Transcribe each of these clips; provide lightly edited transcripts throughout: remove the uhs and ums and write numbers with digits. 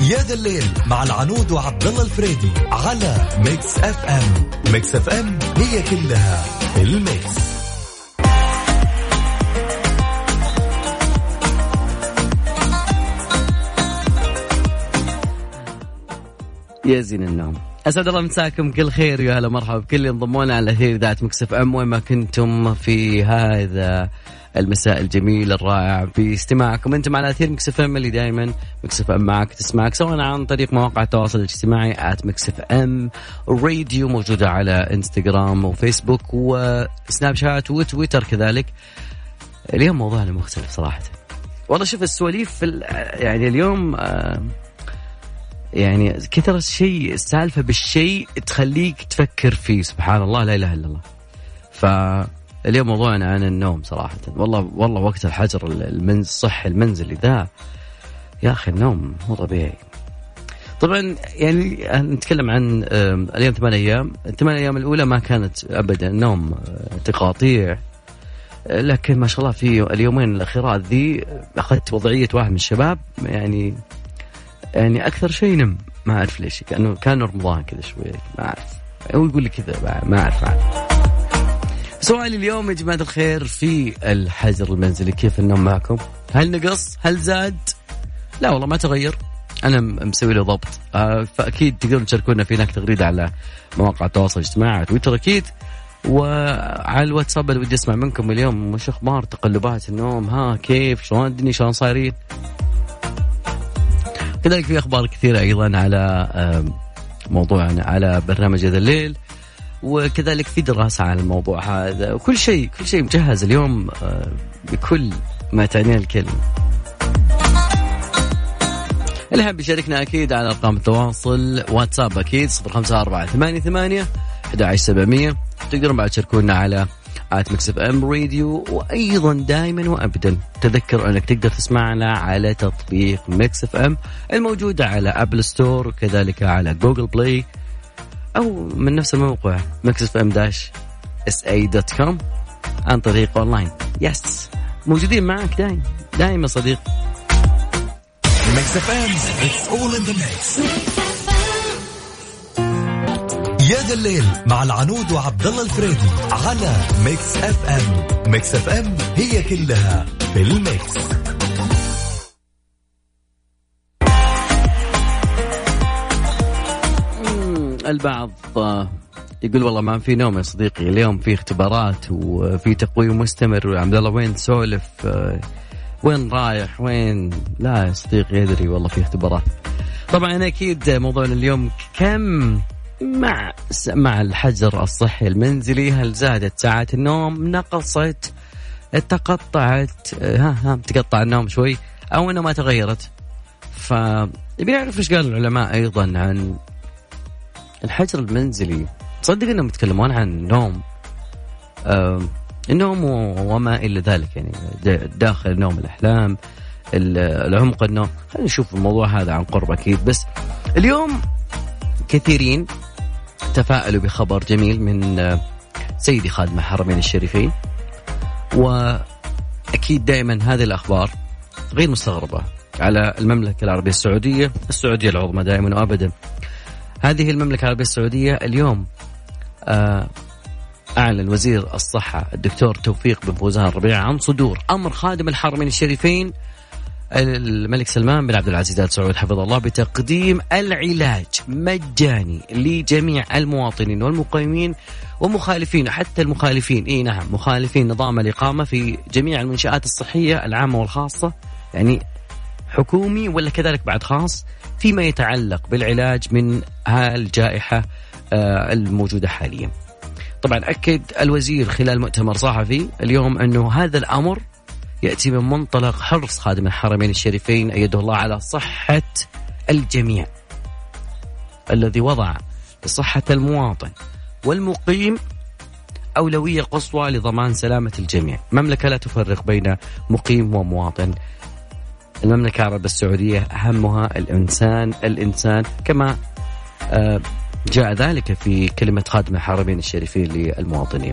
يا ذا الليل مع العنود وعبد الله الفريدي على ميكس اف ام. ميكس اف ام هي كلها الميكس. يا زين النوم، أسعد الله مساكم كل خير ويا هلا مرحبا بكل اللي انضمونا على أثير إذاعة ميكس اف ام وين ما كنتم في هذا المساء الجميل الرائع في استماعكم انتم على أثير ميكس اف ام اللي دائما ميكس اف ام معك تسمعك سواء عن طريق مواقع التواصل الاجتماعي @ميكس اف ام الراديو موجودة على انستغرام وفيسبوك وسناب شات وتويتر كذلك. اليوم موضوعنا مختلف صراحة. والله شوف السواليف يعني اليوم يعني كثر الشيء السالفة بالشيء تخليك تفكر فيه. سبحان الله لا إله إلا الله. فاليوم موضوعنا عن النوم صراحة. والله وقت الحجر الصحي المنزلي ذا يا أخي النوم مو طبيعي. طبعا يعني نتكلم عن اليوم 8 أيام. 8 أيام الأولى ما كانت أبدا نوم تقاطيع، لكن ما شاء الله في اليومين الأخيرات ذي أخذت وضعية واحد من الشباب يعني أكثر شيء نم. ما أعرف ليش، كان رمضان كذا شوي ما أعرف، هو يقول لي كذا ما أعرف. سؤالي اليوم يا جماعة الخير في الحجر المنزلي كيف النوم معكم؟ هل نقص؟ هل زاد؟ لا والله ما تغير، أنا مسوي له ضبط. فأكيد تقدرون تشاركونا في هناك تغريدة على مواقع التواصل الاجتماعي تويتر أكيد، وعلى الواتساب اللي ودي أسمع منكم اليوم وش أخبار تقلبات النوم، ها كيف شلون الدنيا شلون صايرين. كذلك في أخبار كثيرة أيضا على موضوعنا على برنامج هذا الليل، وكذلك في دراسة على الموضوع هذا، وكل شيء مجهز اليوم بكل ما تعنيه الكلمة. اللي حاب يشاركنا أكيد على أرقام التواصل واتساب أكيد 0548811700. تقدرون بعد تشاركونا على ميكس اف ام راديو. وأيضا دائما وأبدا تذكر أنك تقدر تسمعنا على تطبيق ميكس اف ام الموجودة على أبل ستور وكذلك على جوجل بلاي أو من نفس الموقع mixfm-sa.com عن طريق أونلاين. يس موجودين معك دائما صديق. ميكس اف ام it's all in the mix. يا ذا الليل مع العنود وعبد الله الفريدي على ميكس اف ام. ميكس اف ام هي كلها في الميكس. البعض يقول والله ما في نوم يا صديقي، اليوم في اختبارات وفي تقويم مستمر. عبد الله وين تسولف؟ وين رايح؟ وين؟ لا يا صديقي يدري والله في اختبارات. طبعا أكيد موضوعنا اليوم كم مع الحجر الصحي المنزلي. هل زادت ساعات النوم؟ نقصت؟ تقطعت؟ تقطع النوم شوي أو أنه ما تغيرت؟ فبي نعرف إيش قال العلماء أيضا عن الحجر المنزلي. تصدق أنهم يتكلمون عن النوم وما إلى ذلك، يعني داخل نوم الأحلام العمق النوم. خلينا نشوف الموضوع هذا عن قرب أكيد. بس اليوم كثيرين تفاءلوا بخبر جميل من سيدي خادم الحرمين الشريفين، وأكيد دائما هذه الأخبار غير مستغربة على المملكة العربية السعودية العظمى دائما وأبدا. هذه المملكة العربية السعودية اليوم أعلن وزير الصحة الدكتور توفيق بن فوزان الربيع عن صدور أمر خادم الحرمين الشريفين الملك سلمان بن عبد العزيز آل سعود حفظه الله بتقديم العلاج مجاني لجميع المواطنين والمقيمين ومخالفين، حتى المخالفين مخالفين نظام الإقامة في جميع المنشآت الصحية العامة والخاصة، يعني حكومي ولا كذلك بعد خاص، فيما يتعلق بالعلاج من هالجائحة الموجودة حاليا. طبعا أكد الوزير خلال مؤتمر صحفي اليوم أنه هذا الأمر يأتي من منطلق حرص خادم الحرمين الشريفين أيده الله على صحة الجميع، الذي وضع لصحة المواطن والمقيم أولوية قصوى لضمان سلامة الجميع. مملكة لا تفرق بين مقيم ومواطن. المملكة العربية السعودية أهمها الإنسان كما جاء ذلك في كلمة خادم الحرمين الشريفين للمواطنين.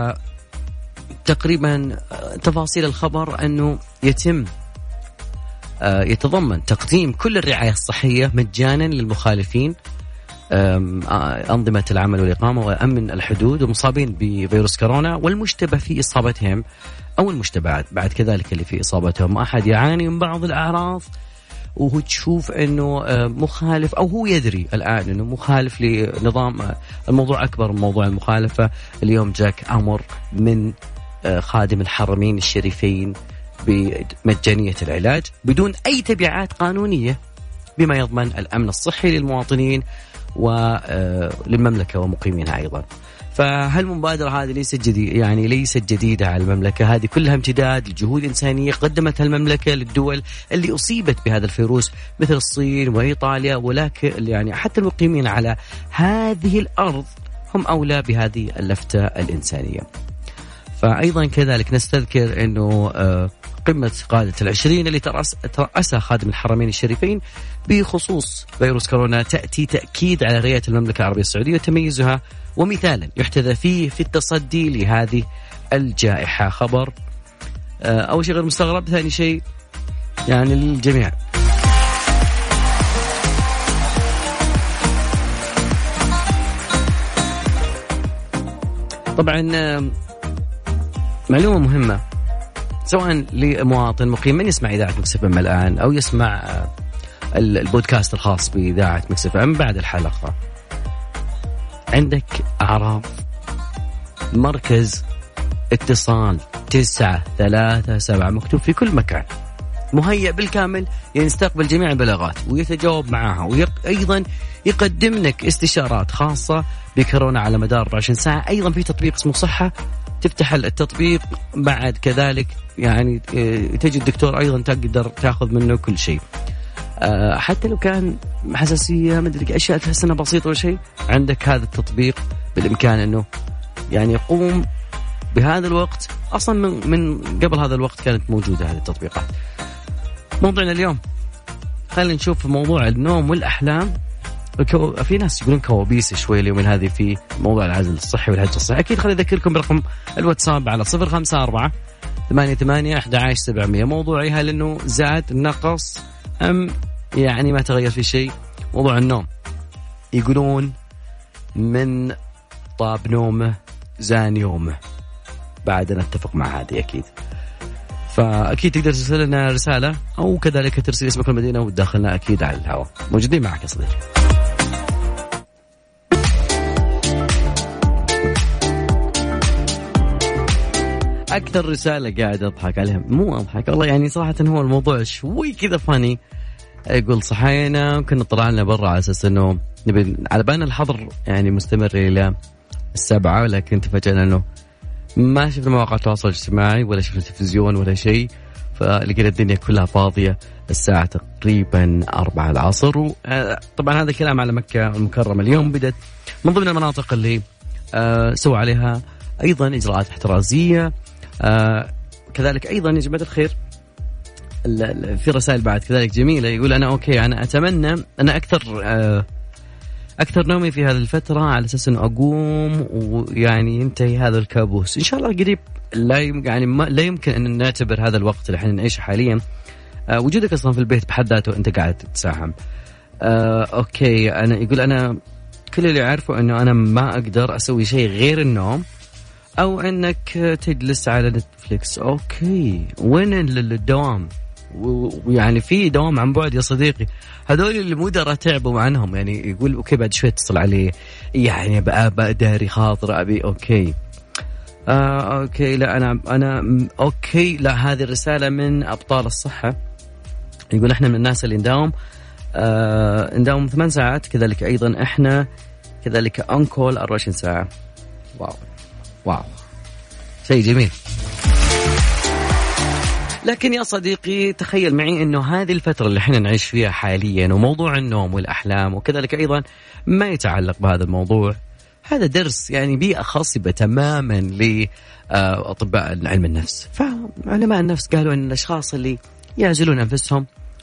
فتقريبا تفاصيل الخبر أنه يتم يتضمن تقديم كل الرعاية الصحية مجانا للمخالفين أنظمة العمل والإقامة وأمن الحدود ومصابين بفيروس كورونا والمشتبه في إصابتهم أو المشتبهات بعد كذلك اللي في إصابتهم. أحد يعاني من بعض الأعراض وهو تشوف أنه مخالف أو هو يدري الآن أنه مخالف لنظام، الموضوع أكبر من موضوع المخالفة. اليوم جاك أمر من خادم الحرمين الشريفين بمجانية العلاج بدون أي تبعات قانونية بما يضمن الأمن الصحي للمواطنين وللمملكة ومقيمينها أيضا. فهالمبادرة هذه ليست جديدة على المملكة، هذه كلها امتداد لجهود إنسانية قدمتها المملكة للدول اللي أصيبت بهذا الفيروس مثل الصين وإيطاليا، ولكن يعني حتى المقيمين على هذه الأرض هم أولى بهذه اللفتة الإنسانية. فأيضا كذلك نستذكر أنه قمة قادة العشرين اللي ترأسها خادم الحرمين الشريفين بخصوص فيروس كورونا تأتي تأكيد على رؤية المملكة العربية السعودية وتميزها ومثالا يحتذى فيه في التصدي لهذه الجائحة. خبر أول شيء غير مستغرب، ثاني شيء يعني للجميع. طبعا معلومة مهمة سواء لمواطن مقيم من يسمع إذاعة مكس اف ام الآن أو يسمع البودكاست الخاص بإذاعة مكس اف ام بعد الحلقة، عندك أعراض مركز اتصال 937 مكتوب في كل مكان، مهيأ بالكامل يستقبل جميع البلاغات ويتجاوب معها، وأيضا يقدم لك استشارات خاصة بكورونا على مدار 24 ساعة. أيضا في تطبيق اسمه صحة، تفتح التطبيق بعد كذلك يعني تجي الدكتور أيضا تقدر تأخذ منه كل شيء، حتى لو كان حساسية مدري أشياء تحس أنها بسيطة وشيء، عندك هذا التطبيق بالإمكان أنه يعني يقوم بهذا الوقت. أصلا من قبل هذا الوقت كانت موجودة هذه التطبيقات. موضوعنا اليوم خلينا نشوف موضوع النوم والأحلام. في ناس يقولون كوابيس شوي اليومين هذه في موضوع العزل الصحي والحج الصحي. أكيد خليني أذكركم برقم الواتساب على 054-88-11-700. موضوعي هل إنه زاد نقص أم يعني ما تغير في شيء؟ موضوع النوم يقولون من طاب نومه زان يومه، بعد نتفق مع هذه أكيد. فأكيد تقدر ترسل لنا رسالة أو كذلك ترسل اسمك المدينة وداخلنا أكيد على الهواء. موجودين معك يا صديقي. أكثر رسالة قاعد أضحك عليها، مو أضحك والله يعني صراحة هو الموضوع شوي كذا فاني. يقول صحينا كنا طلعنا برا على أساس إنه نبي على بالنا الحظر يعني مستمر إلى 7، لكن تفاجأنا إنه ما شفنا مواقع التواصل الاجتماعي ولا شفنا تلفزيون ولا شيء، فلقينا الدنيا كلها فاضية. الساعة تقريبا 4 العصر. طبعا هذا الكلام على مكة المكرمة. اليوم بدأت من ضمن المناطق اللي سوى عليها أيضا إجراءات احترازية. كذلك أيضا يا جماعة الخير في رسائل بعد كذلك جميلة. يقول أنا أوكي، أنا أتمنى أنا أكثر نومي في هذه الفترة على أساس أنه أقوم ويعني ينتهي هذا الكابوس إن شاء الله قريب. لا يمكن أن نعتبر هذا الوقت اللي احنا نعيشه حاليا وجودك أصلا في البيت بحد ذاته أنت قاعد تتساهم. أوكي، يقول أنا كل اللي أعرفه أنه أنا ما أقدر أسوي شيء غير النوم أو أنك تجلس على نتفليكس. أوكي، وين الدوام؟ ويعني في دوام عن بعد يا صديقي. هذول المدراء تعبوا عنهم، يعني يقول أوكي بعد شوي اتصل عليه يعني بقى داري خاطر أبي. أوكي أوكي لا أنا أوكي لا. هذه الرسالة من أبطال الصحة. يقول إحنا من الناس اللي نداوم 8 ساعات، كذلك أيضا إحنا كذلك أنكول 24 ساعة. واو شيء جميل. لكن يا صديقي تخيل معي أنه هذه الفترة اللي احنا نعيش فيها حاليا وموضوع النوم والأحلام وكذلك أيضا ما يتعلق بهذا الموضوع، هذا درس يعني بيئة خاصبة تماما لأطباء علم النفس. فعلماء النفس قالوا أن الأشخاص اللي يعزلون أنفسهم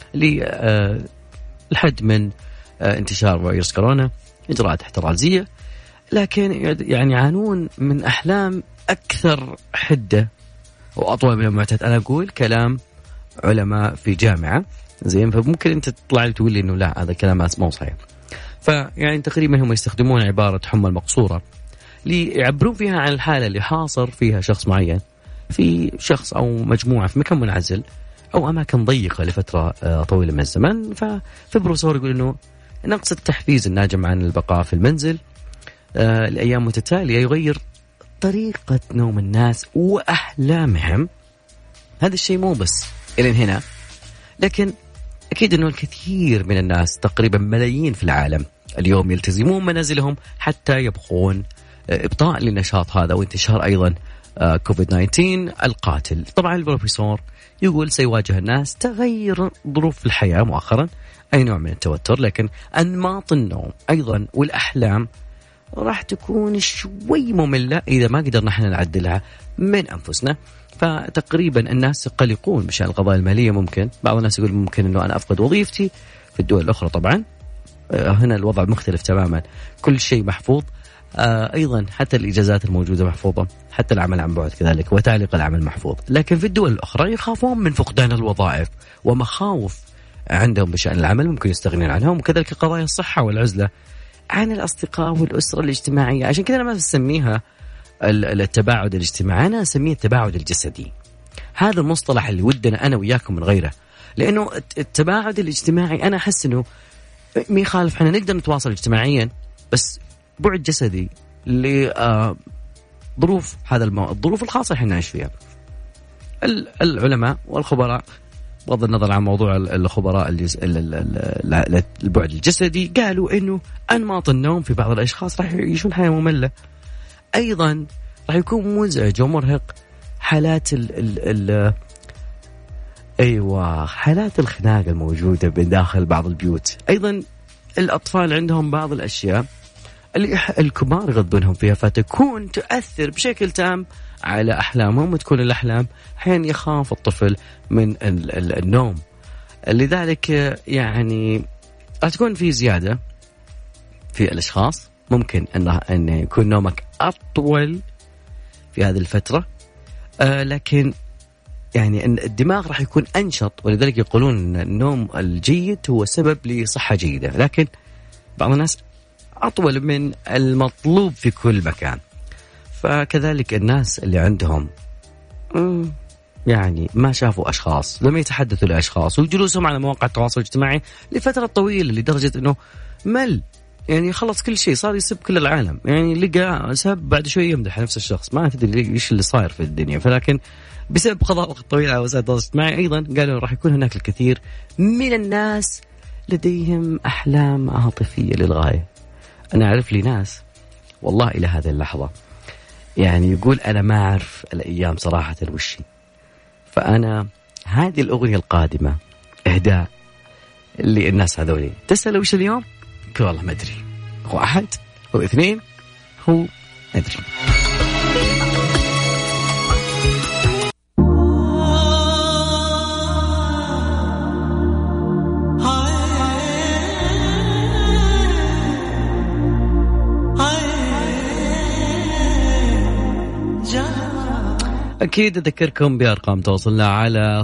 للحد من انتشار فيروس كورونا، إجراءات احترازية، لكن يعني يعانون من أحلام أكثر حدة وأطول من المعتاد. أنا أقول كلام علماء في جامعة زين، فممكن أنت تطلع تقول لي إنه لا هذا كلام مو صحيح. فيعني تقريبا هم يستخدمون عبارة حمى المقصورة ليعبرون فيها عن الحالة اللي حاصر فيها شخص معين في شخص أو مجموعة في مكان منعزل أو أماكن ضيقة لفترة طويلة من الزمن. ففي بروفيسور يقول إنه نقص التحفيز الناجم عن البقاء في المنزل الأيام متتالية يغير طريقة نوم الناس وأحلامهم. هذا الشيء مو بس إلى هنا، لكن أكيد أنه الكثير من الناس تقريبا ملايين في العالم اليوم يلتزمون منازلهم حتى يبقون إبطاء للنشاط هذا وانتشار أيضا كوفيد-19 القاتل. طبعا البروفيسور يقول سيواجه الناس تغير ظروف الحياة مؤخرا، أي نوع من التوتر، لكن أنماط النوم أيضا والأحلام راح تكون شوي مملة إذا ما قدرنا احنا نعدلها من أنفسنا. فتقريبا الناس يقلقون بشأن القضايا المالية. ممكن بعض الناس يقول ممكن أنه أنا أفقد وظيفتي. في الدول الأخرى طبعا هنا الوضع مختلف تماما، كل شيء محفوظ. أيضا حتى الإجازات الموجودة محفوظة، حتى العمل عن بعد كذلك وتعليق العمل محفوظ. لكن في الدول الأخرى يخافون من فقدان الوظائف ومخاوف عندهم بشأن العمل ممكن يستغنون عنهم، وكذلك قضايا الصحة والعزلة عن الأصدقاء والأسرة الاجتماعية. عشان كذا أنا ما بسميها التباعد الاجتماعي، أنا أسميه التباعد الجسدي. هذا المصطلح اللي ودنا أنا وياكم من غيره، لأنه التباعد الاجتماعي أنا أحس أنه ما يخالف، احنا نقدر نتواصل اجتماعيا بس بعد جسدي لظروف هذا الظروف الخاصة احنا نعيش فيها. العلماء والخبراء بغض النظر عن موضوع الخبراء البعد الجسدي قالوا انه انماط النوم في بعض الاشخاص راح يعيشون حياة مملة، ايضا راح يكون مزعج ومرهق. حالات حالات الخناق الموجودة من داخل بعض البيوت، ايضا الاطفال عندهم بعض الاشياء اللي الكبار يغضبونهم فيها، فتكون تؤثر بشكل تام على أحلامهم، وتكون الأحلام أحيانا يخاف الطفل من النوم. لذلك يعني راح تكون في زيادة في الأشخاص، ممكن أن يكون نومك أطول في هذه الفترة، لكن يعني الدماغ راح يكون أنشط، ولذلك يقولون أن النوم الجيد هو سبب لصحة جيدة. لكن بعض الناس أطول من المطلوب في كل مكان. فكذلك الناس اللي عندهم يعني ما شافوا أشخاص، لم يتحدثوا لأشخاص، وجلوسهم على مواقع التواصل الاجتماعي لفترة طويلة لدرجة أنه مل، يعني خلص كل شيء، صار يسب كل العالم، يعني لقى سب بعد شوي يمدح نفس الشخص، ما تدري إيش اللي صاير في الدنيا. فلكن بسبب قضاء وقت طويل على وسائل التواصل الاجتماعي أيضا قالوا راح يكون هناك الكثير من الناس لديهم أحلام عاطفية للغاية. أنا أعرف لي ناس والله إلى هذه اللحظة يعني يقول أنا ما أعرف الأيام صراحة وشي، فأنا هذه الأغنية القادمة إهداء للناس هذولي. تسأل وش اليوم؟ يقول والله ما أدري، هو أحد، هو اثنين، هو أدري. أكيد أذكركم بأرقام تواصلنا على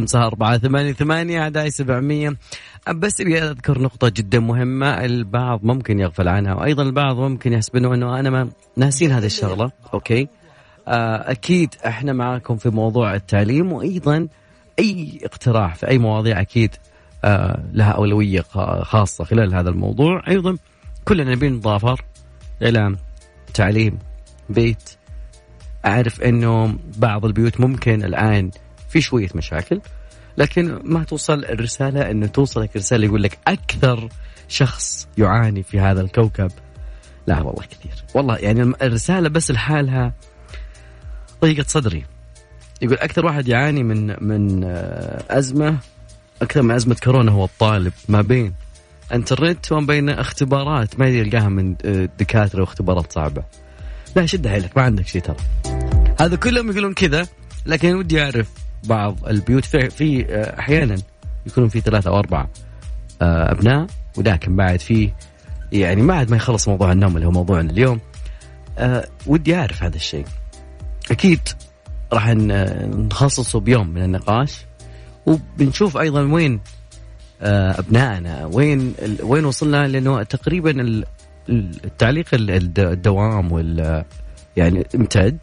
0548811700. بس أبي أذكر نقطة جدا مهمة البعض ممكن يغفل عنها، وأيضا البعض ممكن يحسبونه أنه أنا ما ناسين هذه الشغلة. أوكي، أكيد إحنا معاكم في موضوع التعليم، وأيضا أي اقتراح في أي مواضيع أكيد لها أولوية خاصة خلال هذا الموضوع. أيضا كلنا نبي نضافر إلى تعليم بيت. أعرف أنه بعض البيوت ممكن الآن في شوية مشاكل، لكن ما توصل الرسالة أنه توصلك رسالة يقول لك أكثر شخص يعاني في هذا الكوكب. لا والله كثير، والله يعني الرسالة بس لحالها ضيقة صدري. يقول أكثر واحد يعاني من أزمة أكثر من أزمة كورونا هو الطالب، ما بين انترنت وما بين اختبارات ما يلقاها من دكاترة واختبارات صعبة. لا شد حيلك، ما عندك شيء ترى. هذا كلهم يقولون كذا، لكن ودي أعرف بعض البيوت في أحيانا يكونون في 3 أو 4 أبناء، ولكن بعد في يعني بعد ما يخلص موضوع النوم اللي هو موضوعنا اليوم. ودي أعرف هذا الشيء. أكيد راح نخصصه بيوم من النقاش، وبنشوف أيضا وين أبنائنا، وين وصلنا، لأنه تقريبا التعليق الدوام يعني امتد.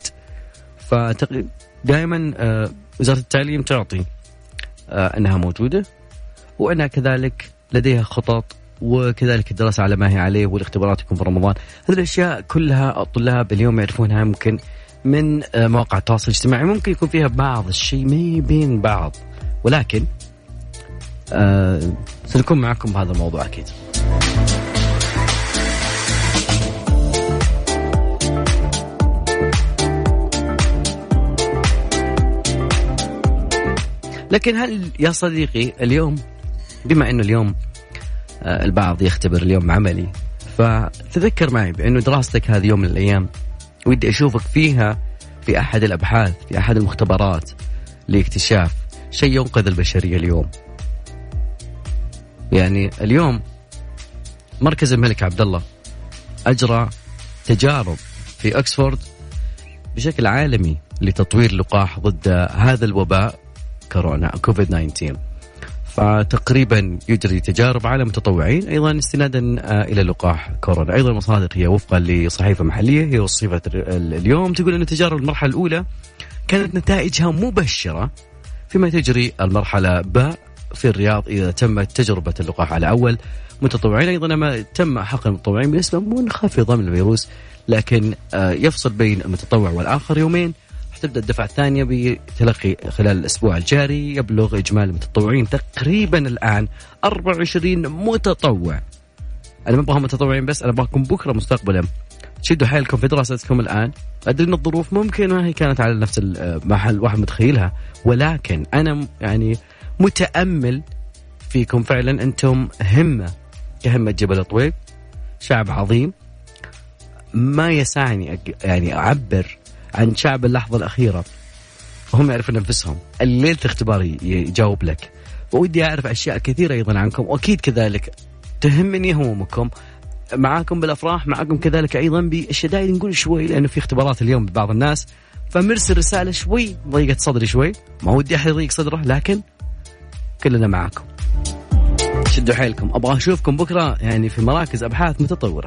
دائما وزارة التعليم تعطي أنها موجودة، وأنها كذلك لديها خطط، وكذلك الدراسة على ما هي عليه، والاختبارات يكون في رمضان. هذه الأشياء كلها الطلاب اليوم يعرفونها ممكن من مواقع التواصل الاجتماعي، ممكن يكون فيها بعض الشيء ما بين بعض، ولكن سنكون معكم بهذا الموضوع أكيد. لكن هل يا صديقي اليوم، بما أنه اليوم البعض يختبر اليوم عملي، فتذكر معي بأنه دراستك هذه يوم من الأيام ودي أشوفك فيها في أحد الأبحاث، في أحد المختبرات لاكتشاف شيء ينقذ البشرية اليوم. يعني اليوم مركز الملك عبدالله أجرى تجارب في أكسفورد بشكل عالمي لتطوير لقاح ضد هذا الوباء كورونا كوفيد 19. فتقريبا يجري تجارب على متطوعين أيضا استنادا إلى لقاح كورونا. أيضا المصادر هي وفقا لصحيفة محلية هي وصفت اليوم تقول أن تجارب المرحلة الأولى كانت نتائجها مبشرة، فيما تجري المرحلة باء في الرياض إذا تمت تجربة اللقاح على أول متطوعين. أيضا ما تم حقن المتطوعين بنسبة منخفضة من الفيروس، لكن يفصل بين المتطوع والآخر يومين. تبدأ الدفعة الثانية بتلقي خلال الأسبوع الجاري. يبلغ إجمالي المتطوعين تقريبا الآن 24 متطوع. أنا ما أبغاهم متطوعين بس، أنا أبغاكم بكرة مستقبلا شدوا حيلكم في دراستكم الآن. أدري أن الظروف ممكن ما هي كانت على نفس المحل واحد متخيلها، ولكن أنا يعني متأمل فيكم فعلا. أنتم همة كهمة جبل طويق، شعب عظيم. ما يسعني يعني أعبر عن شعب اللحظة الأخيرة، وهم يعرفون نفسهم. الليلة اختباري يجاوب لك، وودي أعرف أشياء كثيرة أيضا عنكم، وأكيد كذلك تهمني همومكم. معاكم بالأفراح، معاكم كذلك أيضا بالشدائد. نقول شوي لأنه في اختبارات اليوم ببعض الناس، فمرسل رسالة شوي ضيقت صدري شوي، ما ودي أحد يضيق صدره، لكن كلنا معاكم. شدوا حيلكم، أبغى أشوفكم بكرة يعني في مراكز أبحاث متطورة.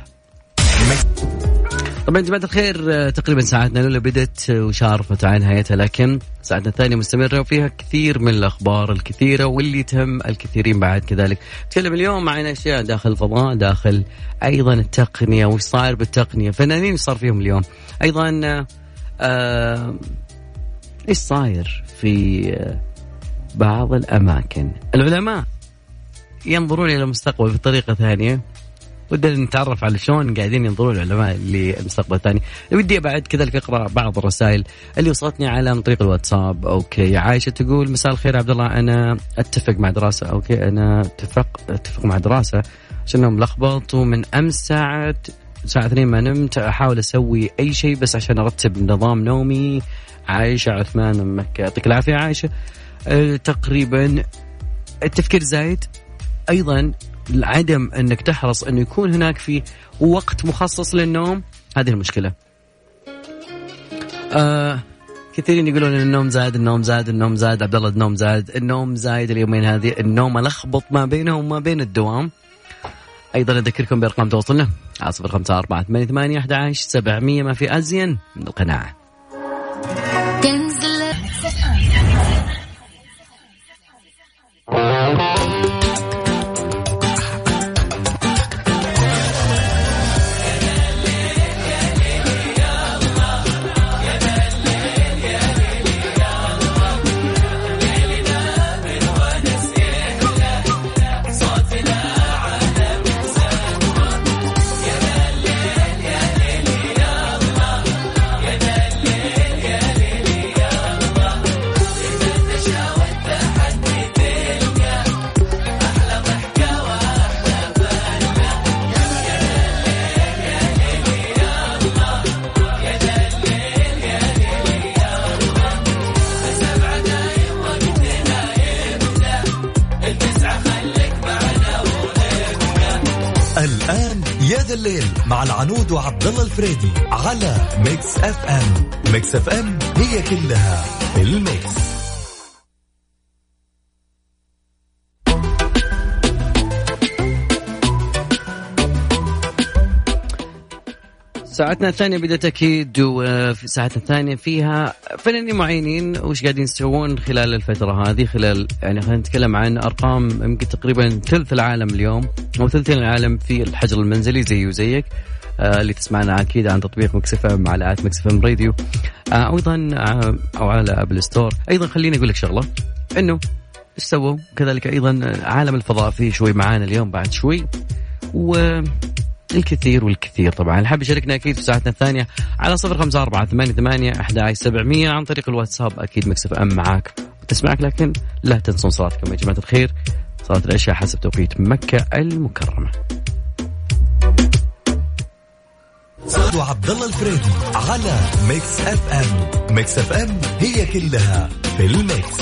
طبعا جماعة الخير، تقريبا ساعتنا الأولى بدت وشارفت عن نهايتها، لكن ساعتنا الثانية مستمرة وفيها كثير من الأخبار الكثيرة واللي تهم الكثيرين بعد كذلك. نتكلم اليوم معنا أشياء داخل الفضاء، داخل أيضا التقنية، وش صاير بالتقنية، فنانين صار فيهم اليوم أيضا. إيش صاير في بعض الأماكن. العلماء ينظرون إلى المستقبل بطريقة ثانية، ودنا نتعرف على شلون قاعدين ينظرون العلماء للمستقبل الثاني. ودي بعد كذلك أقرأ بعض الرسائل اللي وصلتني على طريق الواتساب. أوكي، عايشة تقول مساء الخير عبد الله، أنا أتفق مع دراسة. أوكي، أنا أتفق مع دراسة عشان ملخبط، ومن أمس ساعة 2 ما نمت، أحاول أسوي أي شيء بس عشان أرتب نظام نومي. عايشة عثمان من مكة، يعطيك العافية عايشة. تقريبا التفكير زايد، أيضا عدم أنك تحرص أنه يكون هناك في وقت مخصص للنوم، هذه المشكلة. كثيرين يقولون أن النوم زاد، النوم زاد، النوم زاد. عبد الله النوم زاد، النوم زايد اليومين هذه، النوم ألخبط ما بينه وما بين الدوام. أيضا أذكركم بأرقام تواصلنا 0548811700، ما في أزين من القناعة. الآن يا ذا الليل مع العنود وعبد الله الفريدي على ميكس اف ام. ميكس اف ام هي كلها في الميكس. ساعتنا الثانية بدأت أكيد، وفي ساعتنا الثانية فيها فنانين معينين وش قاعدين يسوون خلال الفترة هذه. خلال يعني خلينا نتكلم عن أرقام يمكن تقريبا ثلث العالم اليوم أو ثلثين العالم في الحجر المنزلي زي وزيك، اللي تسمعنا أكيد عن تطبيق ميكس اف ام على ميكس اف ام راديو، أيضا أو على أبل ستور. أيضا خليني أقول لك شغلة، إنه إيش سووا كذلك أيضا عالم الفضاء فيه شوي معانا اليوم بعد شوي، الكثير والكثير. طبعا حاب يشاركنا أكيد في ساعتنا الثانية على 0548811700 عن طريق الواتساب. أكيد ميكس اف ام معاك وتسمعك، لكن لا تنسون صلاتكم يا جماعة الخير، صلاة العشاء حسب توقيت مكة المكرمة. عبد الله الفريدي على ميكس اف ام. ميكس اف ام هي كلها في الميكس.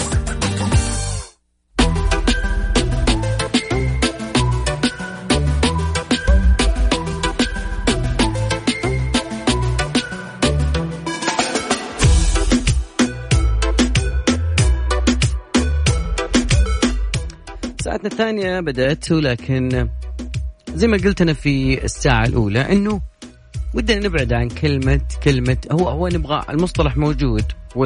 ساعتنا الثانية بدأت، ولكن زي ما قلت أنا في الساعة الأولى إنه ودنا نبعد عن كلمة هو نبغى المصطلح موجود،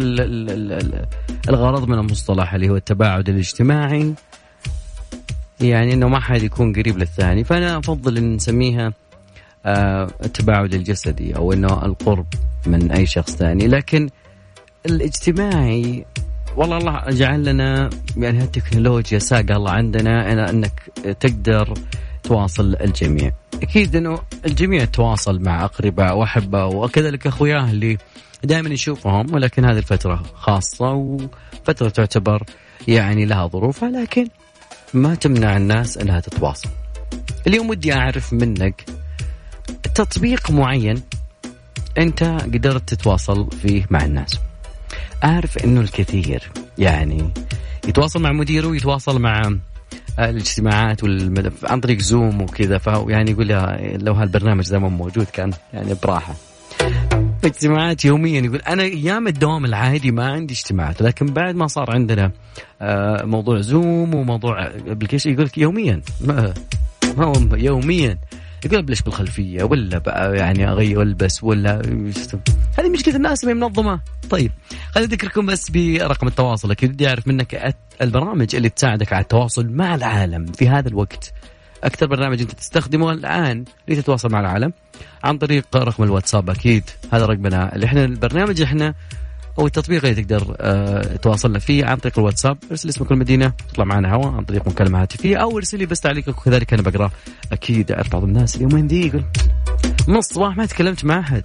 والغرض من المصطلح اللي هو التباعد الاجتماعي، يعني إنه ما حد يكون قريب للثاني. فأنا أفضل إن نسميها التباعد الجسدي، أو إنه القرب من أي شخص ثاني. لكن الاجتماعي والله الله جعل لنا يعني هالتكنولوجيا ساق الله عندنا انك تقدر تواصل الجميع. اكيد انه الجميع تواصل مع اقرباء واحباء وكذلك اخوياه اللي دائما نشوفهم، ولكن هذه الفترة خاصة وفترة تعتبر يعني لها ظروفها، لكن ما تمنع الناس انها تتواصل. اليوم ودي اعرف منك تطبيق معين انت قدرت تتواصل فيه مع الناس. أعرف إنه الكثير يعني يتواصل مع مديره ويتواصل مع الاجتماعات عن طريق زوم وكذا، فهو يعني يقول لو هالبرنامج زمان موجود كان يعني براحة. اجتماعات يوميا، يقول أنا أيام الدوام العادي ما عندي اجتماعات، لكن بعد ما صار عندنا موضوع زوم وموضوع ابلكيشن يقول لك يوميا، هو يوميا يقول أبلش بالخلفية ولا بقى يعني أغير ألبس ولا هذه مشكلة الناس اللي منظمة. طيب خليني أذكركم بس برقم التواصل. أكيد بدي أعرف منك البرامج اللي تساعدك على التواصل مع العالم في هذا الوقت. أكثر برنامج أنت تستخدمه الآن لتتواصل مع العالم عن طريق رقم الواتساب. أكيد هذا رقمنا اللي إحنا البرنامج إحنا أو التطبيق اللي تقدر تواصلنا فيه عن طريق الواتساب. ارسل اسمك المدينة تطلع معنا هوا عن طريق مكالمة هاتفية، أو ارسلي بس تعليقك وكذلك أنا بقرأ. أكيد أعرف بعض الناس اليومين دي يقول من الصباح ما تكلمت مع أحد،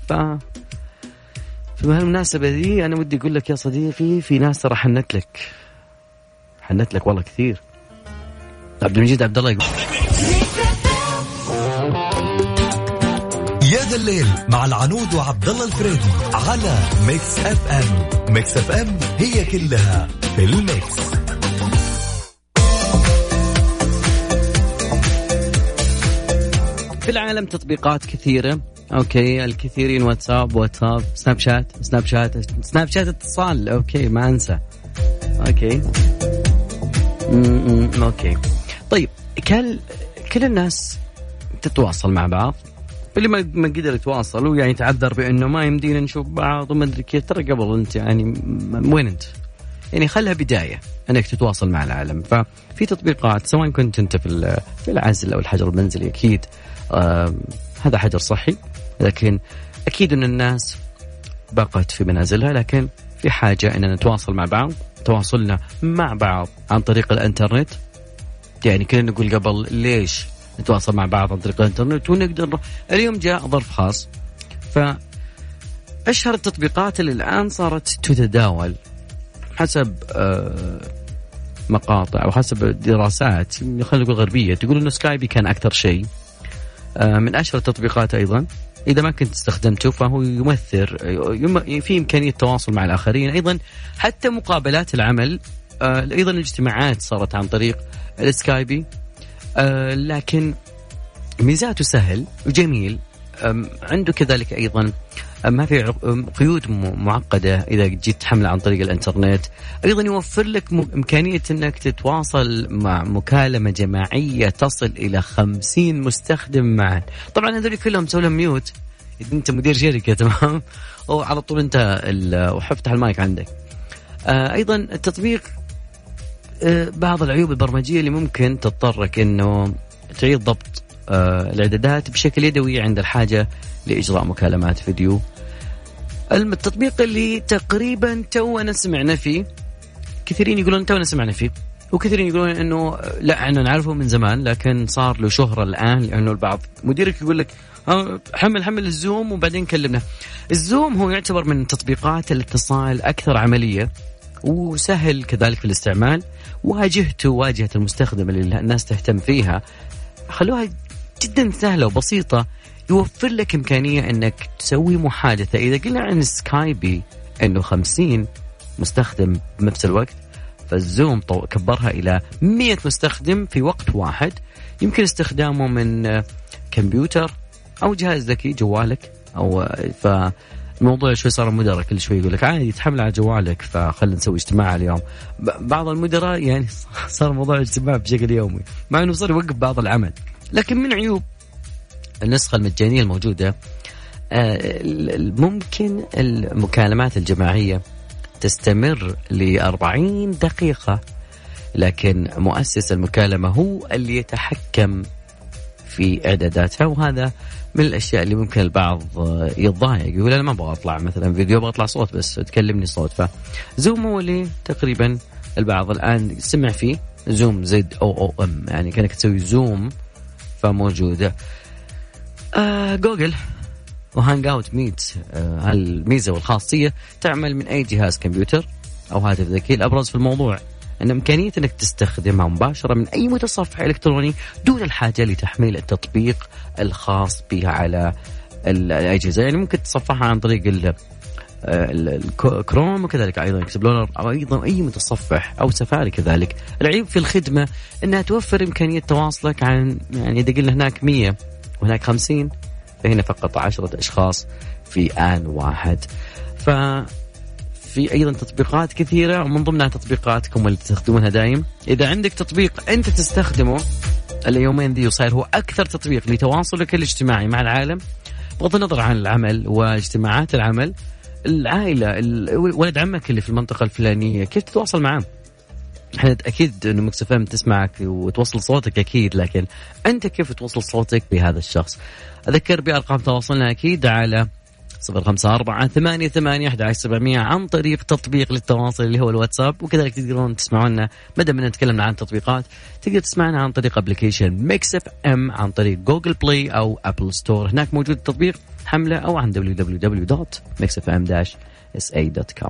في هالمناسبة دي أنا ودي أقول لك يا صديقي في ناس ترى حنت لك والله كثير. عبد المجيد عبد الله يقول يا ذا الليل مع العنود وعبد الله الفريدي على ميكس اف ام. ميكس اف ام هي كلها في الميكس. في العالم تطبيقات كثيرة، اوكي الكثيرين واتساب سناب شات اتصال، اوكي ما انسى، اوكي اوكي. طيب كل الناس تتواصل مع بعض، اللي ما قدر يتواصل ويعني تعذر بانه ما يمدينا نشوف بعض وما ادري كيف. ترى قبل انت يعني وين انت؟ يعني خلها بداية انك تتواصل مع العالم. ففي تطبيقات سواء كنت انت في العزل او الحجر المنزلي، اكيد هذا حجر صحي، لكن أكيد أن الناس بقت في منازلها، لكن في حاجة أننا نتواصل مع بعض. تواصلنا مع بعض عن طريق الإنترنت، يعني كنا نقول قبل ليش نتواصل مع بعض عن طريق الإنترنت ونقدر. اليوم جاء ظرف خاص، فأشهر التطبيقات اللي الآن صارت تتداول حسب مقاطع أو حسب دراسات خلينا نقول غربية، تقول أنه سكايبي كان أكثر شيء من أشهر التطبيقات. أيضا إذا ما كنت استخدمته فهو يمثل في إمكانية التواصل مع الآخرين. أيضا حتى مقابلات العمل، أيضا الاجتماعات صارت عن طريق السكايبي، لكن ميزاته سهل وجميل. عنده كذلك أيضا ما في قيود معقدة إذا جيت تحمله عن طريق الإنترنت. أيضا يوفر لك إمكانية أنك تتواصل مع مكالمة جماعية تصل إلى 50 مستخدم معا. طبعا هذول كلهم سووا ميوت، إذا أنت مدير شركة تمام وعلى طول أنت وحفتح المايك عندك. أيضا التطبيق بعض العيوب البرمجية اللي ممكن تضطرك إنه تعيد ضبط الإعدادات بشكل يدوي عند الحاجة لإجراء مكالمات فيديو. التطبيق اللي تقريبا تونا سمعنا فيه، كثيرين يقولون تونا سمعنا فيه، وكثيرين يقولون إنه لا احنا نعرفه من زمان لكن صار له شهرة الآن، لأنه البعض مديرك يقول لك حمل الزوم وبعدين كلمنا. الزوم هو يعتبر من تطبيقات الاتصال أكثر عملية وسهل كذلك في الاستعمال، واجهة المستخدم اللي الناس تهتم فيها خلوها جدا سهلة وبسيطة. يوفر لك إمكانية أنك تسوي محادثة. إذا قلنا عن سكايبي أنه 50 مستخدم بنفس الوقت، فالزوم كبرها إلى 100 مستخدم في وقت واحد، يمكن استخدامه من كمبيوتر أو جهاز ذكي جوالك. فالموضوع شوي صار مدراء كل شوي يقول لك عادي تحمل على جوالك فخلنا نسوي اجتماع اليوم. بعض المدراء يعني صار موضوع اجتماع بشكل يومي، مع أنه صار يوقف بعض العمل. لكن من عيوب النسخة المجانية الموجودة ممكن المكالمات الجماعية تستمر ل40 دقيقة، لكن مؤسس المكالمة هو اللي يتحكم في إعداداتها. وهذا من الأشياء اللي ممكن البعض يتضايق، يقول أنا ما أبغى أطلع مثلا فيديو، أبغى أطلع صوت بس تكلمني صوت. فزوم هو اللي تقريبا البعض الآن سمع فيه، زوم ZOOM، يعني كأنك تسوي زوم فموجودة. جوجل وهانج اوت ميت، هالميزة والخاصية تعمل من أي جهاز كمبيوتر أو هاتف ذكي. الأبرز في الموضوع أن إمكانية أنك تستخدمها مباشرة من أي متصفح إلكتروني دون الحاجة لتحميل التطبيق الخاص بها على الأجهزة. يعني ممكن تصفحها عن طريق الكروم وكذلك أيضا إكسبلورر أو أيضا أي متصفح أو سفاري كذلك. العيب في الخدمة أنها توفر إمكانية تواصلك عن، يعني إذا قلنا هناك 100 وهناك 50، فهنا فقط 10 أشخاص في آن واحد. في أيضا تطبيقات كثيرة ومن ضمنها تطبيقاتكم اللي تستخدمونها دايم. إذا عندك تطبيق أنت تستخدمه اليومين دي وصاير هو أكثر تطبيق لتواصلك الاجتماعي مع العالم، بغض النظر عن العمل واجتماعات العمل، العائلة، ولد عمك اللي في المنطقة الفلانية، كيف تتواصل معه؟ احنا أكيد إنه ميكس اف ام تسمعك وتوصل صوتك أكيد، لكن أنت كيف توصل صوتك بهذا الشخص؟ أذكر بأرقام تواصلنا أكيد على 0548811700 عن طريق تطبيق للتواصل اللي هو الواتساب، وكذلك تقدرون تسمعونا مدى من نتكلم عن تطبيقات، تقدر تسمعنا عن طريق ابلكيشن ميكس اف ام عن طريق جوجل بلاي أو أبل ستور. هناك موجود التطبيق، حمله أو عن www.mixfm-sa.com.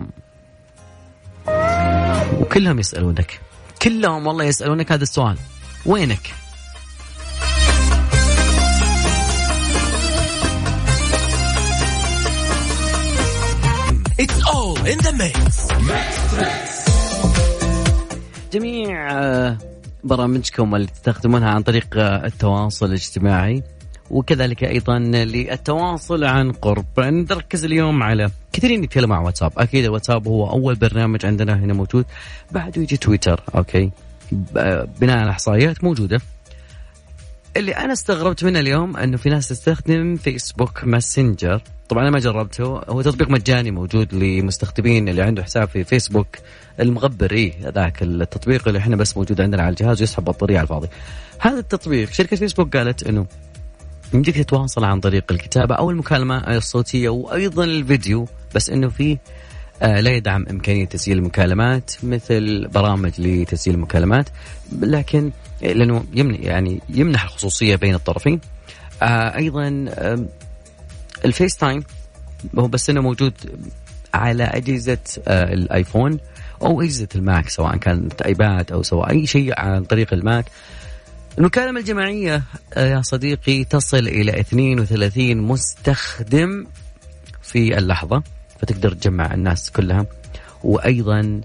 وكلهم يسألونك، كلهم والله يسألونك هذا السؤال، وينك؟ It's all in the mix. جميع برامجكم اللي تستخدمونها عن طريق التواصل الاجتماعي وكذلك أيضا للتواصل عن قرب. نركز اليوم على كثيرين يتكلموا عن واتساب. أكيد الواتساب هو أول برنامج عندنا هنا موجود، بعده يجي تويتر. أوكي، بناء على إحصائيات موجودة. اللي أنا استغربت منه اليوم أنه في ناس تستخدم فيسبوك ماسنجر. طبعا أنا ما جربته، هو تطبيق مجاني موجود لمستخدمين اللي عنده حساب في فيسبوك المغبر، ذاك التطبيق اللي احنا بس موجود عندنا على الجهاز ويسحب بطارية على الفاضي. هذا التطبيق شركة فيسبوك قالت أنه يمديك تتواصل عن طريق الكتابة أو المكالمة الصوتية وأيضا الفيديو، بس أنه فيه لا يدعم إمكانية تسجيل المكالمات مثل برامج لتسجيل المكالمات، لكن لأنه يمنح الخصوصية بين الطرفين. أيضا الفيس تايم هو بس أنه موجود على أجهزة الآيفون أو أجهزة الماك، سواء كانت آيباد أو سواء أي شيء عن طريق الماك. المكالمة الجماعية يا صديقي تصل إلى 32 مستخدم في اللحظة، فتقدر تجمع الناس كلها. وأيضا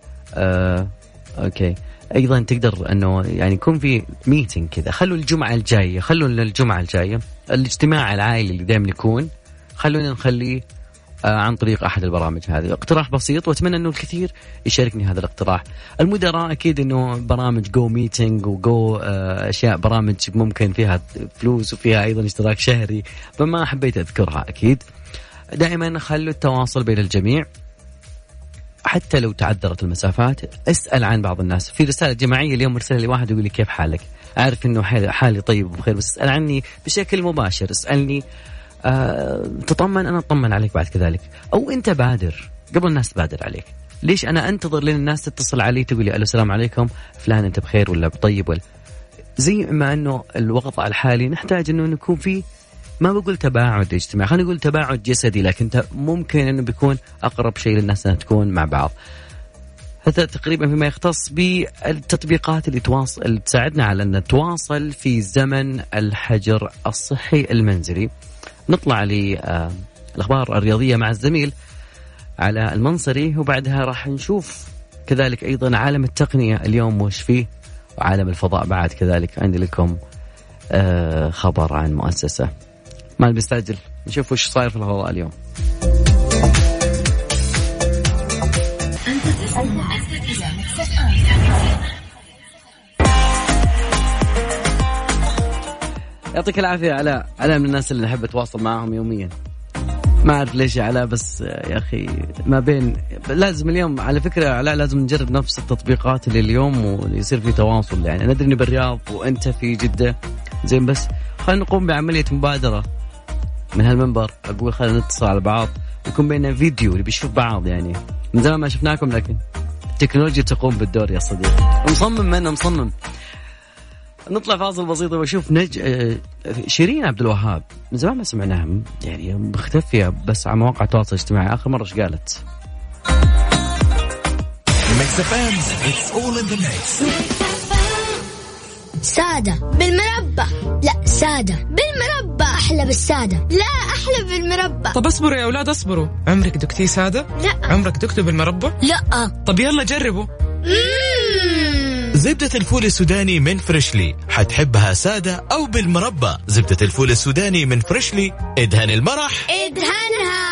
أيضا تقدر أنه يعني يكون في ميتنج كذا، خلوا الجمعة الجاية الاجتماع العائلي اللي دائما يكون، خلونا نخليه عن طريق أحد البرامج هذه. اقتراح بسيط وأتمنى أنه الكثير يشاركني هذا الاقتراح. المدراء أكيد أنه برامج جو ميتينج وجو أشياء برامج ممكن فيها فلوس وفيها أيضا اشتراك شهري، فما حبيت أذكرها. أكيد دائما خلوا التواصل بين الجميع، حتى لو تعذرت المسافات اسأل عن بعض الناس. في رسالة جماعية اليوم مرسلة لي واحد يقول لي كيف حالك، أعرف أنه حالي طيب وبخير، بس اسأل عني بشكل مباشر، اسألني تطمن، أنا أطمن عليك بعد كذلك. أو أنت بادر قبل الناس تبادر عليك. ليش أنا أنتظر لين الناس تتصل علي تقول لي ألو السلام عليكم فلان أنت بخير ولا طيب ولا زي ما أنه الوضع الحالي نحتاج أنه نكون فيه، ما بقول تباعد اجتماعي، خلينا نقول تباعد جسدي، لكن ممكن أنه بيكون أقرب شيء للناس أنها تكون مع بعض. هذا تقريبا فيما يختص بالتطبيقات اللي تساعدنا على أن نتواصل في زمن الحجر الصحي المنزلي. نطلع للأخبار الرياضية مع الزميل على المنصري، وبعدها راح نشوف كذلك أيضا عالم التقنية اليوم وش فيه، وعالم الفضاء بعد كذلك. عندي لكم خبر عن مؤسسة، ما بنستعجل نشوف وش صاير في الفضاء اليوم. يعطيك العافية علاء. علاء من الناس اللي نحب أتواصل معهم يوميا، ما أعرف ليش يا علاء، بس يا أخي ما بين لازم اليوم على فكرة علاء لازم نجرب نفس التطبيقات اللي اليوم ويصير في تواصل. يعني أنا أدري إني بالرياض وأنت في جدة زين، بس خلينا نقوم بعملية مبادرة من هالمنبر، أقول خلينا نتصل على بعض، يكون بيننا فيديو اللي بيشوف بعض. يعني من زمان ما شفناكم، لكن التكنولوجيا تقوم بالدور يا صديقي. مصمم. نطلع فاصل بسيط واشوف شيرين عبد الوهاب، من زمان ما سمعناها، يعني مختفية بس على مواقع التواصل الاجتماعي. آخر مرة ايش قالت؟ سادة بالمربى، لا سادة بالمربى أحلى بالسادة، لا أحلى بالمربى. طب اصبروا يا أولاد اصبروا، عمرك دكتي سادة؟ لا. عمرك دكتي بالمربى؟ لا. طب يلا جربوا. زبدة الفول السوداني من فريشلي، حتحبها سادة أو بالمربى. زبدة الفول السوداني من فريشلي، ادهن المرح ادهنها.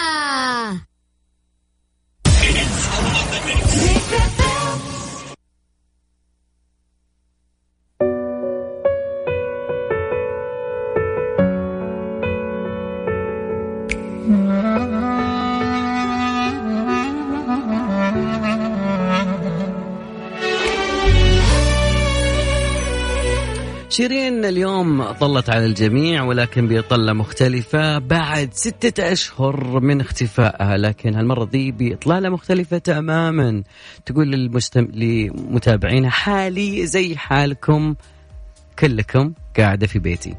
شيرين اليوم طلت على الجميع، ولكن بطلة مختلفة بعد 6 أشهر من اختفائها، لكن هالمرة دي بإطلالة مختلفة تماما. تقول لمتابعينها حالي زي حالكم كلكم، قاعدة في بيتي.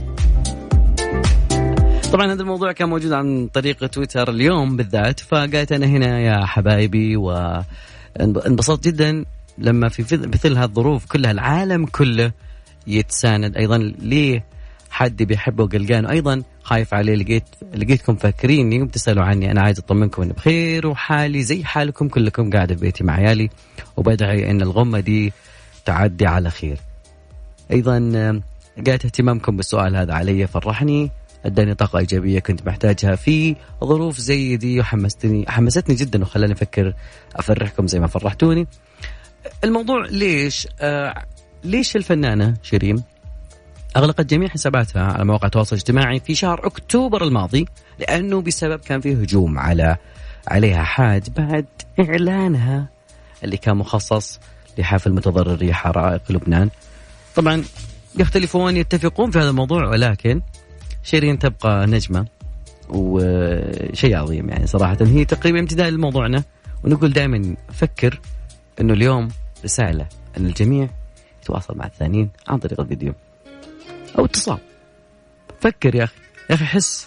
طبعا هذا الموضوع كان موجود عن طريق تويتر اليوم بالذات، فقالت أنا هنا يا حبايبي، وانبسطت جدا لما في مثل هالظروف كلها العالم كله يتساند. أيضا ليه حد بيحبه وقلقان وأيضا خايف عليه، لقيتكم فاكريني وبتسألوا عني. أنا عايز أطمنكم إني بخير وحالي زي حالكم كلكم، قاعدة في بيتي مع عيالي، وبدعي إن الغمة دي تعدي على خير. أيضا قالت اهتمامكم بالسؤال هذا علي فرحني، اداني طاقة إيجابية كنت محتاجها في ظروف زي دي، وحمستني جدا وخلاني أفرحكم زي ما فرحتوني. الموضوع ليش الفنانة شيرين أغلقت جميع حساباتها على مواقع التواصل الاجتماعي في شهر أكتوبر الماضي؟ لأنه بسبب كان فيه هجوم عليها حاد بعد إعلانها اللي كان مخصص لحفل متضرري حرائق لبنان. طبعا يختلفون يتفقون في هذا الموضوع، ولكن شيرين تبقى نجمة وشيء عظيم. يعني صراحة هي تقريبا امتداد لموضوعنا، ونقول دائما فكر أنه اليوم رسالة أن الجميع يتواصل مع الثانيين عن طريق الفيديو أو اتصال. فكر يا أخي حس.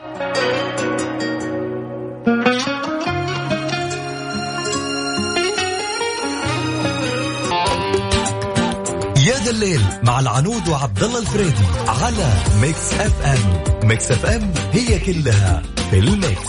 يا ذا الليل مع العنود وعبد الله الفريدي على ميكس اف ام. ميكس اف ام هي كلها في الميكس.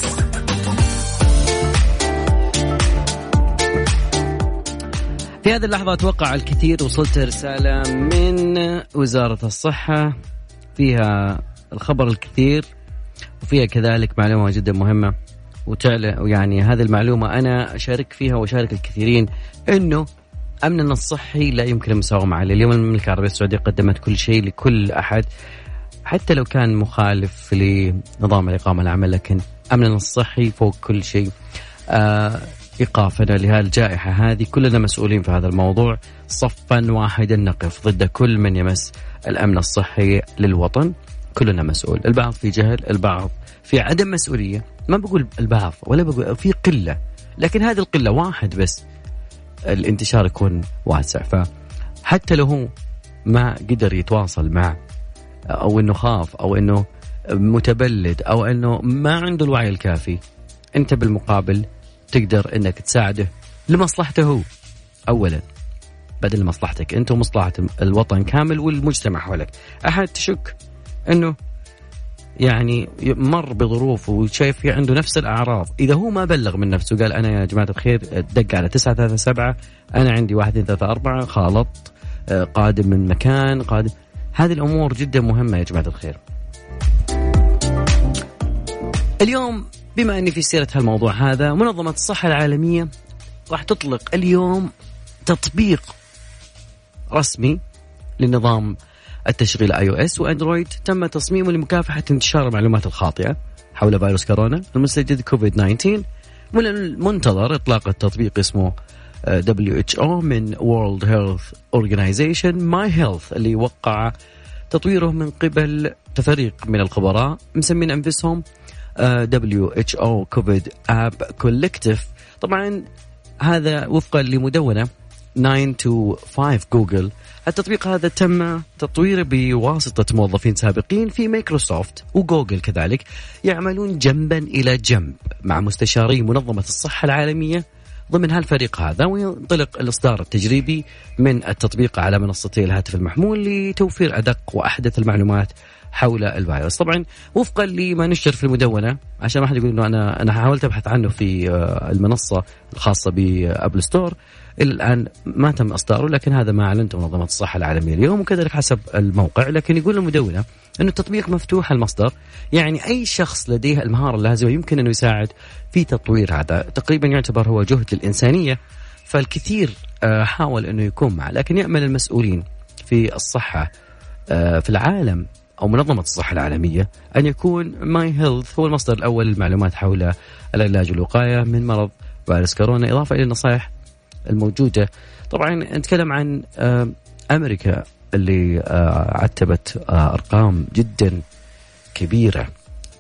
في هذه اللحظة أتوقع الكثير وصلت رسالة من وزارة الصحة فيها الخبر الكثير، وفيها كذلك معلومة جدا مهمة يعني هذه المعلومة أنا أشارك فيها وأشارك الكثيرين، أنه أمننا الصحي لا يمكن المساومة عليه. اليوم المملكة العربية السعودية قدمت كل شيء لكل أحد حتى لو كان مخالف لنظام الإقامة العامة، لكن أمننا الصحي فوق كل شيء. إيقافنا لهذه الجائحة هذه كلنا مسؤولين في هذا الموضوع، صفا واحدا نقف ضد كل من يمس الأمن الصحي للوطن. كلنا مسؤول، البعض في جهل، البعض في عدم مسؤولية، ما بقول البعض ولا بقول في قلة، لكن هذه القلة واحد بس الانتشار يكون واسع. فحتى لو هو ما قدر يتواصل مع، أو أنه خاف، أو أنه متبلد، أو أنه ما عنده الوعي الكافي، أنت بالمقابل تقدر أنك تساعده لمصلحته هو أولا، بدل مصلحتك أنت ومصلحة الوطن كامل والمجتمع حولك. أحد تشك أنه يعني مر بظروف وشايف عنده نفس الأعراض، إذا هو ما بلغ من نفسه قال أنا يا جماعة الخير دق على 937 أنا عندي 1 2 3 4 خالط، قادم من مكان قادم، هذه الأمور جدا مهمة يا جماعة الخير. اليوم بما أني في سيرة هالموضوع هذا، منظمة الصحة العالمية راح تطلق اليوم تطبيق رسمي لنظام التشغيل iOS وأندرويد تم تصميمه لمكافحة انتشار المعلومات الخاطئة حول فيروس كورونا المستجد كوفيد-19. من المنتظر إطلاق التطبيق اسمه WHO من World Health Organization My Health، اللي وقع تطويره من قبل فريق من الخبراء مسمين أنفسهم WHO COVID App Collective. طبعا هذا وفقا لمدونة 9 to 5 جوجل. التطبيق هذا تم تطويره بواسطة موظفين سابقين في مايكروسوفت وجوجل، كذلك يعملون جنبا إلى جنب مع مستشاري منظمة الصحة العالمية ضمن هالفريق هذا، وينطلق الإصدار التجريبي من التطبيق على منصتي الهاتف المحمول لتوفير أدق وأحدث المعلومات حول الفيروس. طبعا وفقا لما نشر في المدونة، عشان ما حد يقول إنه أنا حاولت أبحث عنه في المنصة الخاصة بأبل ستور، إلى الآن ما تم إصداره، لكن هذا ما أعلنته منظمة الصحة العالمية اليوم وكذلك حسب الموقع. لكن يقول المدونة أنه التطبيق مفتوح المصدر، يعني أي شخص لديه المهارة اللازمة يمكن أنه يساعد في تطوير هذا. تقريبا يعتبر هو جهد للإنسانية، فالكثير حاول أنه يكون معه، لكن يأمل المسؤولين في الصحة في العالم أو منظمة الصحة العالمية أن يكون ماي هيلث هو المصدر الأول للمعلومات حول العلاج والوقاية من مرض فيروس كورونا، إضافة إلى النصائح الموجودة. طبعا نتكلم عن أمريكا اللي عتبت أرقام جدا كبيرة،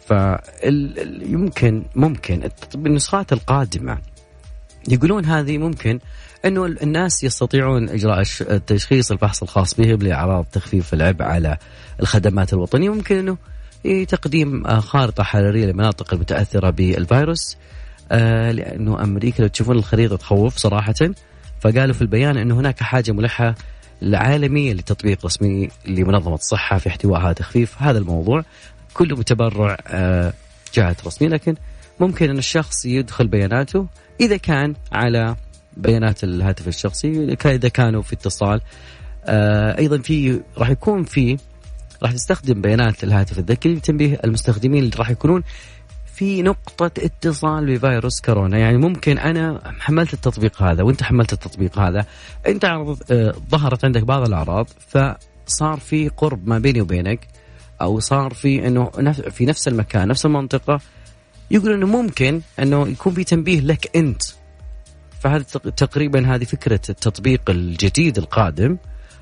ممكن بالنسخات القادمة يقولون هذه ممكن أنه الناس يستطيعون إجراء التشخيص الفحص الخاص بهم لأعراض تخفيف العبء على الخدمات الوطنية. ممكن أنه تقديم خارطة حرارية للمناطق المتأثرة بالفيروس، لأنه أمريكا لو تشوفون الخريطة تخوف صراحة. فقالوا في البيان أنه هناك حاجة ملحة العالمية لتطبيق رسمي لمنظمة الصحة في احتوائها تخفيف هذا الموضوع، كله بتبرع جهات رسمية، لكن ممكن أن الشخص يدخل بياناته إذا كان على بيانات الهاتف الشخصي، إذا كانوا في اتصال. أيضا راح تستخدم بيانات الهاتف الذكي لتنبيه المستخدمين اللي راح يكونون في نقطة اتصال بفيروس كورونا. يعني ممكن أنا حملت التطبيق هذا وأنت حملت التطبيق هذا، أنت ظهرت عندك بعض الأعراض، فصار في قرب ما بيني وبينك، أو صار في أنه في نفس المكان نفس المنطقة، يقول أنه ممكن أنه يكون في تنبيه لك أنت. فهذا تقريبا هذه فكرة التطبيق الجديد القادم.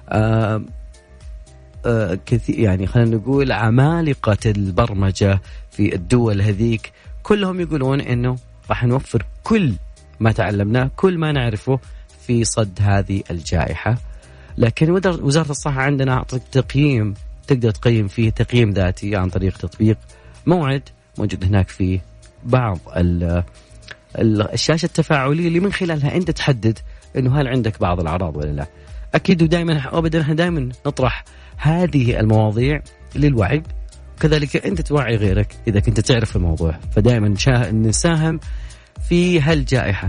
يعني خلينا نقول عمالقة البرمجة في الدول هذيك كلهم يقولون إنه راح نوفر كل ما تعلمناه، كل ما نعرفه في صد هذه الجائحة. لكن وزارة الصحة عندنا أعطت تقييم تقدر تقيم فيه تقييم ذاتي عن طريق تطبيق موعد موجود هناك في بعض الشاشة التفاعلية اللي من خلالها أنت تحدد إنه هل عندك بعض الأعراض ولا لا. أكيد ودائما أبدا احنا دائما نطرح هذه المواضيع للوعي، وكذلك أنت توعي غيرك إذا كنت تعرف الموضوع، فدائما نساهم في هالجائحة.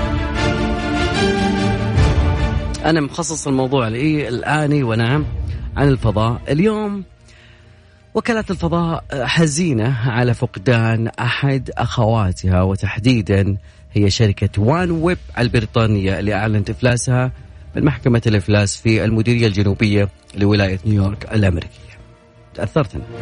أنا مخصص الموضوع لإيه الآني ونعم عن الفضاء. اليوم وكالة الفضاء حزينة على فقدان أحد أخواتها، وتحديدا هي شركة وان ويب البريطانية اللي أعلنت إفلاسها من محكمة الإفلاس في المديرية الجنوبية لولاية نيويورك الأمريكية. تأثرت أنا.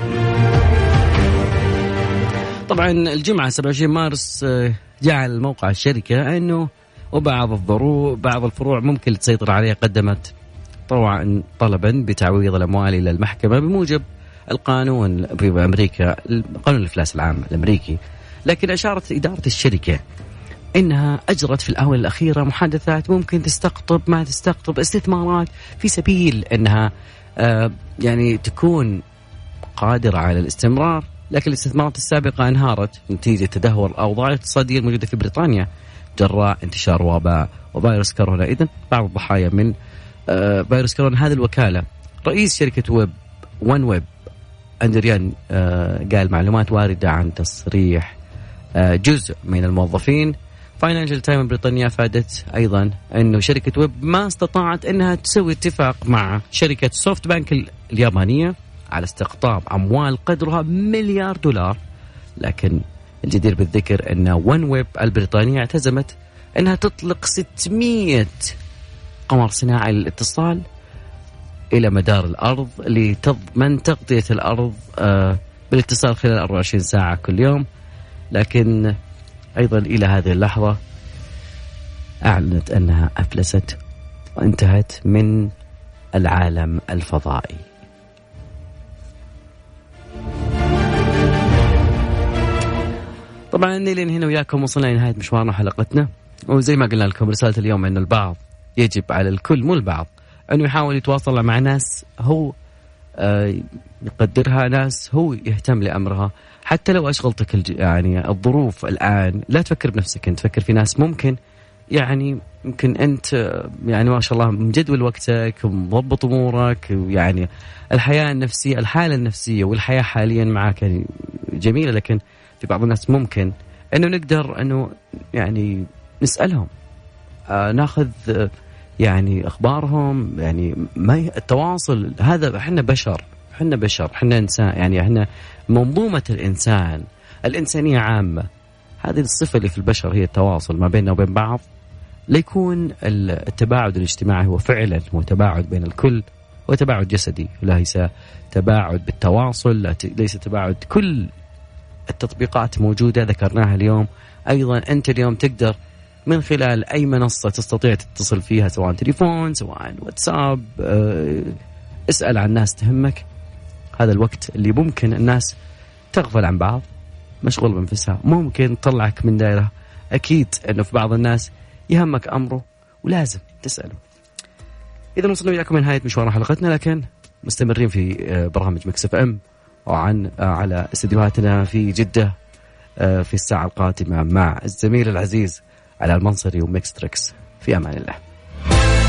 طبعا الجمعة 27 مارس جعل موقع الشركة أنه وبعض الفروع ممكن تسيطر عليها قدمت طلبا بتعويض الأموال إلى المحكمة بموجب القانون في أمريكا، قانون الإفلاس العام الأمريكي. لكن أشارت إدارة الشركة إنها أجرت في الآونة الأخيرة محادثات ممكن تستقطب استثمارات في سبيل إنها يعني تكون قادرة على الاستمرار، لكن الاستثمارات السابقة انهارت نتيجة تدهور الأوضاع الاقتصادية الموجودة في بريطانيا جراء انتشار وباء وفيروس كورونا. إذن بعض الضحايا من فيروس كورونا. هذه الوكالة رئيس شركة وان ويب أندريان قال معلومات واردة عن تصريح جزء من الموظفين. فاينانشال تايم بريطانيا أفادت أيضا أنه شركة ويب ما استطاعت أنها تسوي اتفاق مع شركة سوفت بانك اليابانية على استقطاب أموال قدرها $1 مليار. لكن الجدير بالذكر أن وان ويب البريطانية اعتزمت أنها تطلق 600 قمر صناعي للاتصال إلى مدار الأرض لتضمن تغطية الأرض بالاتصال خلال 24 ساعة كل يوم. لكن أيضا إلى هذه اللحظة أعلنت أنها أفلست وانتهت من العالم الفضائي. طبعا لين هنا وياكم وصلنا لنهاية مشوارنا حلقتنا. وزي ما قلنا لكم رسالة اليوم أن البعض يجب على الكل مو البعض أنه يحاول يتواصل مع ناس هو يقدرها، ناس هو يهتم لأمرها، حتى لو أشغلتك يعني الظروف الآن لا تفكر بنفسك أنت، تفكر في ناس ممكن أنت يعني ما شاء الله مجدول وقتك ومضبط أمورك، ويعني الحالة النفسية والحياة حاليا معك يعني جميلة. لكن في بعض الناس ممكن أنه نقدر أنه يعني نسألهم، ناخذ يعني أخبارهم، يعني ما التواصل هذا. إحنا بشر، إحنا إنسان، يعني إحنا منظومة الإنسانية عامة. هذه الصفة اللي في البشر هي التواصل ما بيننا وبين بعض. ليكون التباعد الاجتماعي هو فعلا هو تباعد بين الكل، وتباعد جسدي، ليس تباعد بالتواصل، ليس تباعد. كل التطبيقات موجودة ذكرناها اليوم. أيضا أنت اليوم تقدر من خلال أي منصة تستطيع تتصل فيها، سواء تليفون سواء واتساب، اسأل عن ناس تهمك. هذا الوقت اللي ممكن الناس تغفل عن بعض، مشغول بنفسها، ممكن تطلعك من دائرة. أكيد أنه في بعض الناس يهمك أمره ولازم تسأله. إذا وصلنا وياكم من نهاية مشوار حلقتنا، لكن مستمرين في برامج ميكس اف ام وعن على استديوهاتنا في جدة في الساعة القادمة مع الزميل العزيز على المنصري وميكس تريكس. في أمان الله.